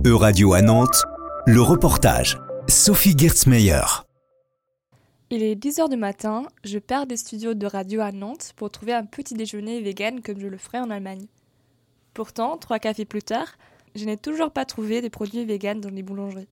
E-Radio à Nantes, le reportage. Sophie Gertzmeyer. Il est 10h du matin, je pars des studios de radio à Nantes pour trouver un petit déjeuner vegan comme je le ferais en Allemagne. Pourtant, 3 cafés plus tard, je n'ai toujours pas trouvé des produits vegan dans les boulangeries.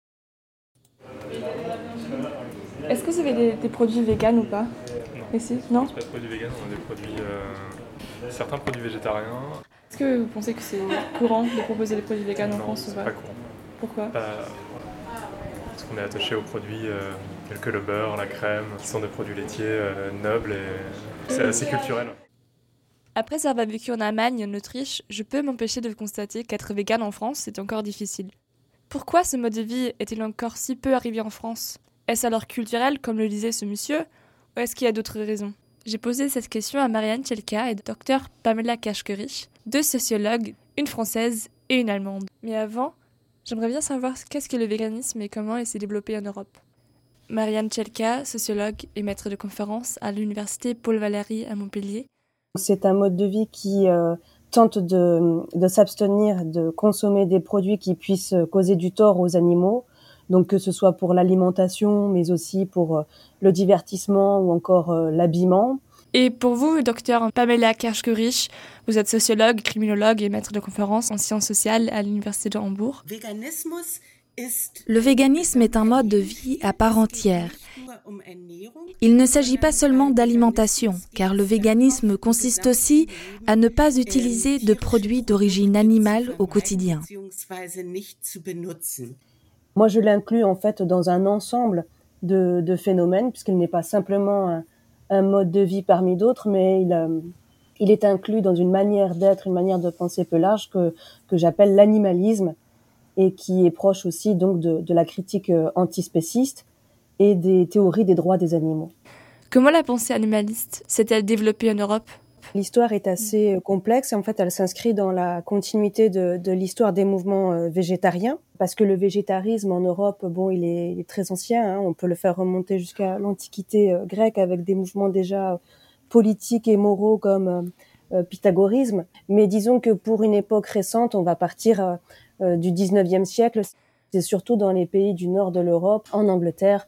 Est-ce que vous avez des produits vegan ou pas? Non. Ici, non? Pas de produits vegan, on a des produits, certains produits végétariens. Est-ce que vous pensez que c'est courant de proposer des produits vegan en France ou pas? pas? Pas courant. Pourquoi? Parce qu'on est attaché aux produits tels que le beurre, la crème, qui sont des produits laitiers nobles et c'est assez culturel. Après avoir vécu en Allemagne et en Autriche, je peux m'empêcher de constater qu'être vegan en France, c'est encore difficile. Pourquoi ce mode de vie est-il encore si peu arrivé en France? Est-ce alors culturel, comme le disait ce monsieur, ou est-ce qu'il y a d'autres raisons? J'ai posé cette question à Marianne Tchelka et Dr Pamela Kashkerich, 2 sociologues, une française et une allemande. Mais avant, j'aimerais bien savoir qu'est-ce que le véganisme et comment il s'est développé en Europe. Marianne Tchelka, sociologue et maître de conférence à l'université Paul Valéry à Montpellier. C'est un mode de vie qui tente de s'abstenir de consommer des produits qui puissent causer du tort aux animaux, donc que ce soit pour l'alimentation, mais aussi pour le divertissement ou encore l'habillement. Et pour vous, docteur Pamela Kashkerich, vous êtes sociologue, criminologue et maître de conférence en sciences sociales à l'université de Hambourg. Le véganisme est un mode de vie à part entière. Il ne s'agit pas seulement d'alimentation, car le véganisme consiste aussi à ne pas utiliser de produits d'origine animale au quotidien. Moi, je l'inclus en fait dans un ensemble de phénomènes, puisqu'il n'est pas simplement un mode de vie parmi d'autres, mais il est inclus dans une manière d'être, une manière de penser peu large que j'appelle l'animalisme, et qui est proche aussi donc de la critique antispéciste et des théories des droits des animaux. Comment la pensée animaliste s'est-elle développée en Europe? L'histoire est assez complexe et en fait elle s'inscrit dans la continuité de l'histoire des mouvements végétariens, parce que le végétarisme en Europe, il est très ancien, on peut le faire remonter jusqu'à l'Antiquité grecque avec des mouvements déjà politiques et moraux comme pythagorisme. Mais disons que pour une époque récente, on va partir du 19e siècle, c'est surtout dans les pays du nord de l'Europe, en Angleterre,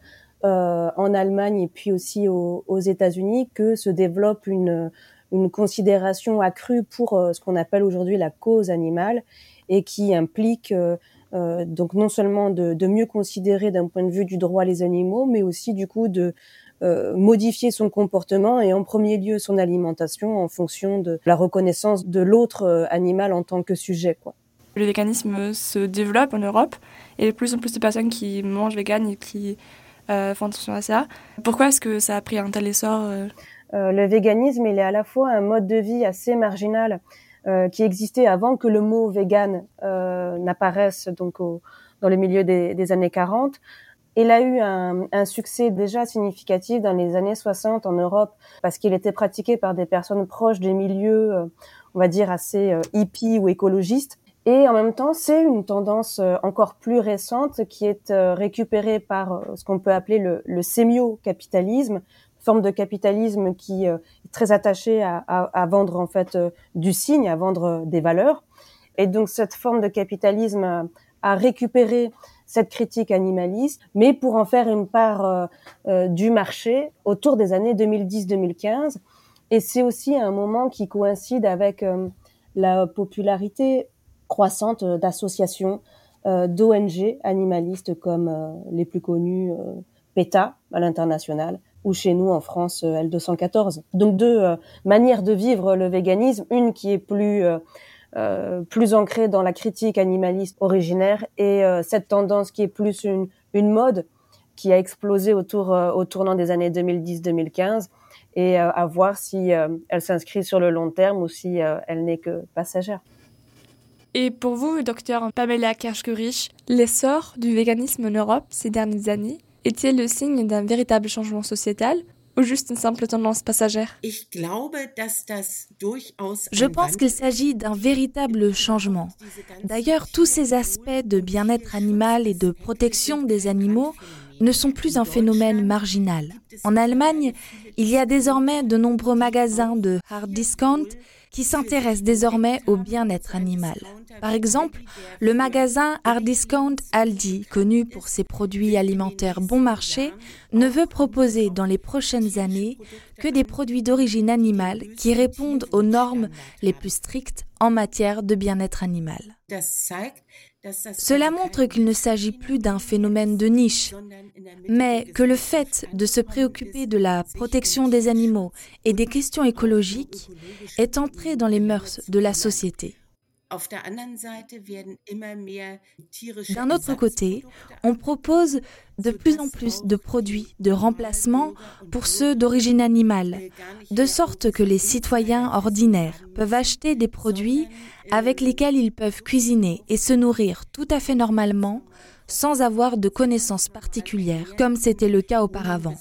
en Allemagne et puis aussi aux États-Unis que se développe une considération accrue pour ce qu'on appelle aujourd'hui la cause animale et qui implique donc non seulement de mieux considérer d'un point de vue du droit les animaux, mais aussi du coup de modifier son comportement et en premier lieu son alimentation en fonction de la reconnaissance de l'autre animal en tant que sujet, quoi. Le véganisme se développe en Europe et de plus en plus de personnes qui mangent vegan et qui font attention à ça. Pourquoi est-ce que ça a pris un tel essor Le véganisme, il est à la fois un mode de vie assez marginal qui existait avant que le mot vegan n'apparaisse donc dans le milieu des années 40. Il a eu un succès déjà significatif dans les années 60 en Europe parce qu'il était pratiqué par des personnes proches des milieux, on va dire, assez hippies ou écologistes. Et en même temps, c'est une tendance encore plus récente qui est récupérée par ce qu'on peut appeler le sémio-capitalisme, forme de capitalisme qui est très attachée à vendre en fait du signe, à vendre des valeurs. Et donc cette forme de capitalisme a récupéré cette critique animaliste, mais pour en faire une part du marché autour des années 2010-2015. Et c'est aussi un moment qui coïncide avec la popularité croissante d'associations, d'ONG animalistes comme les plus connues PETA à l'international ou chez nous en France L214. Donc 2 manières de vivre le véganisme, une qui est plus ancrée dans la critique animaliste originaire et cette tendance qui est plus une mode qui a explosé au tournant des années 2010-2015 et à voir si elle s'inscrit sur le long terme ou si elle n'est que passagère. Et pour vous, docteur Pamela Kashkerich, l'essor du véganisme en Europe ces dernières années est-il le signe d'un véritable changement sociétal ou juste une simple tendance passagère? Je pense qu'il s'agit d'un véritable changement. D'ailleurs, tous ces aspects de bien-être animal et de protection des animaux ne sont plus un phénomène marginal. En Allemagne, il y a désormais de nombreux magasins de hard discount qui s'intéresse désormais au bien-être animal. Par exemple, le magasin Hard Discount Aldi, connu pour ses produits alimentaires bon marché, ne veut proposer dans les prochaines années que des produits d'origine animale qui répondent aux normes les plus strictes en matière de bien-être animal. Cela montre qu'il ne s'agit plus d'un phénomène de niche, mais que le fait de se préoccuper de la protection des animaux et des questions écologiques est entré dans les mœurs de la société. D'un autre côté, on propose de plus en plus de produits de remplacement pour ceux d'origine animale, de sorte que les citoyens ordinaires peuvent acheter des produits avec lesquels ils peuvent cuisiner et se nourrir tout à fait normalement, sans avoir de connaissances particulières, comme c'était le cas auparavant.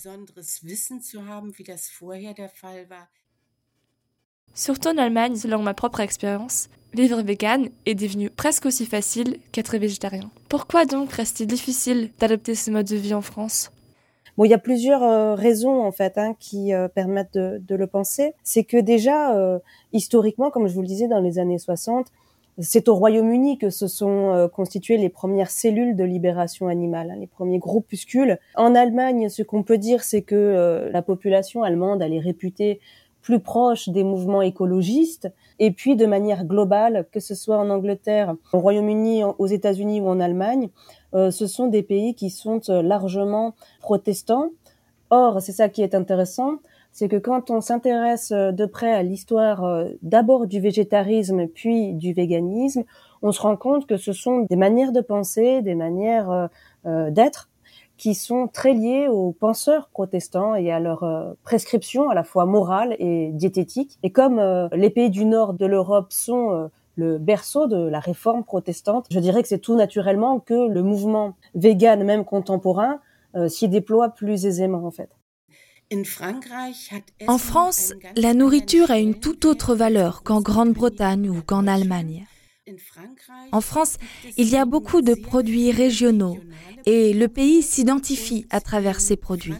Surtout en Allemagne, selon ma propre expérience, vivre vegan est devenu presque aussi facile qu'être végétarien. Pourquoi donc reste-t-il difficile d'adopter ce mode de vie en France ? Bon, il y a plusieurs raisons en fait qui permettent de le penser. C'est que déjà, historiquement, comme je vous le disais, dans les années 60, c'est au Royaume-Uni que se sont constituées les premières cellules de libération animale, les premiers groupuscules. En Allemagne, ce qu'on peut dire, c'est que la population allemande, elle est réputée plus proche des mouvements écologistes, et puis de manière globale, que ce soit en Angleterre, au Royaume-Uni, aux États-Unis ou en Allemagne, ce sont des pays qui sont largement protestants. Or, c'est ça qui est intéressant, c'est que quand on s'intéresse de près à l'histoire d'abord du végétarisme puis du véganisme, on se rend compte que ce sont des manières de penser, des manières d'être qui sont très liées aux penseurs protestants et à leurs prescriptions à la fois morales et diététiques. Et comme les pays du nord de l'Europe sont le berceau de la réforme protestante, je dirais que c'est tout naturellement que le mouvement vegan, même contemporain, s'y déploie plus aisément en fait. En France, la nourriture a une toute autre valeur qu'en Grande-Bretagne ou qu'en Allemagne. En France, il y a beaucoup de produits régionaux et le pays s'identifie à travers ces produits.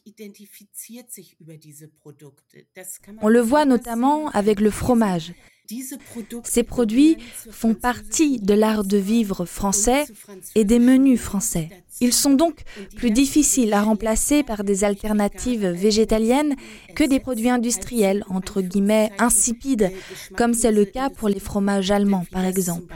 On le voit notamment avec le fromage. Ces produits font partie de l'art de vivre français et des menus français. Ils sont donc plus difficiles à remplacer par des alternatives végétaliennes que des produits industriels, entre guillemets, insipides, comme c'est le cas pour les fromages allemands, par exemple.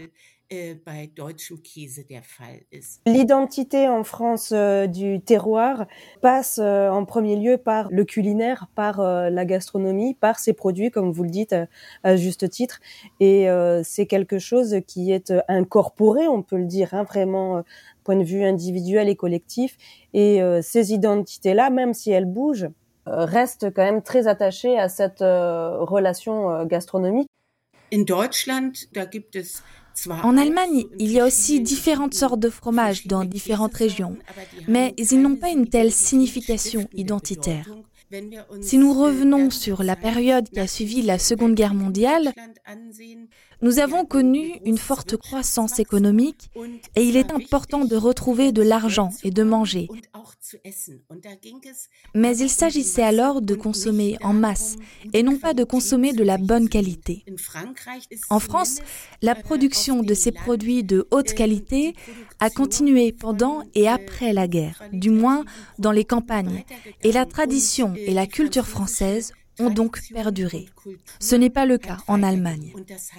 L'identité en France du terroir passe en premier lieu par le culinaire, par la gastronomie, par ses produits, comme vous le dites à juste titre. Et c'est quelque chose qui est incorporé, on peut le dire, vraiment point de vue individuel et collectif. Et ces identités-là, même si elles bougent, restent quand même très attachées à cette relation gastronomique. En Allemagne, il y a aussi différentes sortes de fromages dans différentes régions, mais ils n'ont pas une telle signification identitaire. Si nous revenons sur la période qui a suivi la Seconde Guerre mondiale, nous avons connu une forte croissance économique et il est important de retrouver de l'argent et de manger. Mais il s'agissait alors de consommer en masse et non pas de consommer de la bonne qualité. En France, la production de ces produits de haute qualité a continué pendant et après la guerre, du moins dans les campagnes, et la tradition et la culture française ont donc perduré. Ce n'est pas le cas en Allemagne.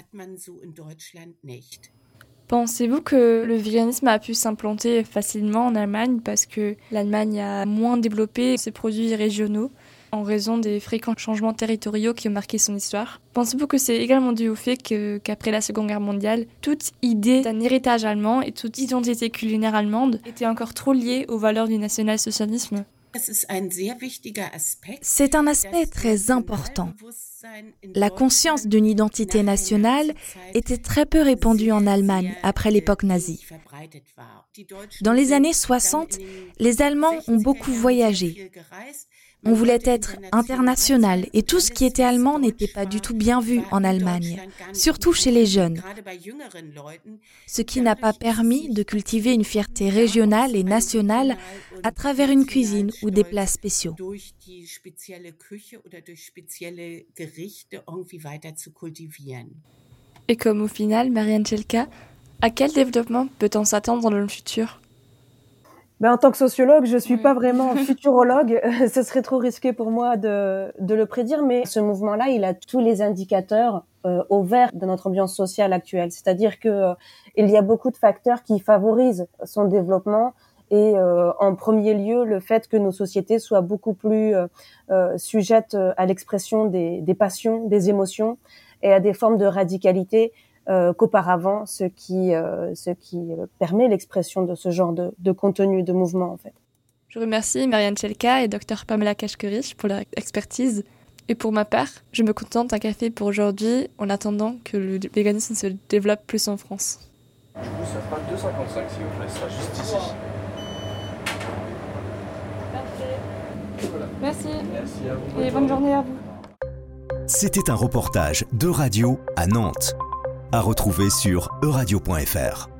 Pensez-vous que le véganisme a pu s'implanter facilement en Allemagne parce que l'Allemagne a moins développé ses produits régionaux en raison des fréquents changements territoriaux qui ont marqué son histoire? Pensez-vous que c'est également dû au fait qu'après la Seconde Guerre mondiale, toute idée d'un héritage allemand et toute identité culinaire allemande était encore trop liée aux valeurs du national-socialisme? C'est un aspect très important. La conscience d'une identité nationale était très peu répandue en Allemagne après l'époque nazie. Dans les années 60, les Allemands ont beaucoup voyagé. On voulait être international et tout ce qui était allemand n'était pas du tout bien vu en Allemagne, surtout chez les jeunes. Ce qui n'a pas permis de cultiver une fierté régionale et nationale à travers une cuisine ou des plats spéciaux. Et comme au final, Marianne Cielka, à quel développement peut-on s'attendre dans le futur ? En tant que sociologue, je suis pas vraiment futurologue. Ce serait trop risqué pour moi de le prédire, mais ce mouvement-là, il a tous les indicateurs au vert de notre ambiance sociale actuelle. C'est-à-dire que il y a beaucoup de facteurs qui favorisent son développement et en premier lieu, le fait que nos sociétés soient beaucoup plus sujettes à l'expression des passions, des émotions et à des formes de radicalité qu'auparavant, ce qui permet l'expression de ce genre de contenu, de mouvement en fait. Je remercie Marianne Cielka et Dr Pamela Kashkerich pour leur expertise. Et pour ma part, je me contente d'un café pour aujourd'hui en attendant que le véganisme se développe plus en France. Du coup, ça fera 2,55 si vous voulez, ça sera juste ici. Parfait. Voilà. Merci. Merci à vous. Et bonne journée à vous. C'était un reportage d'Euradio à Nantes. À retrouver sur euradio.fr.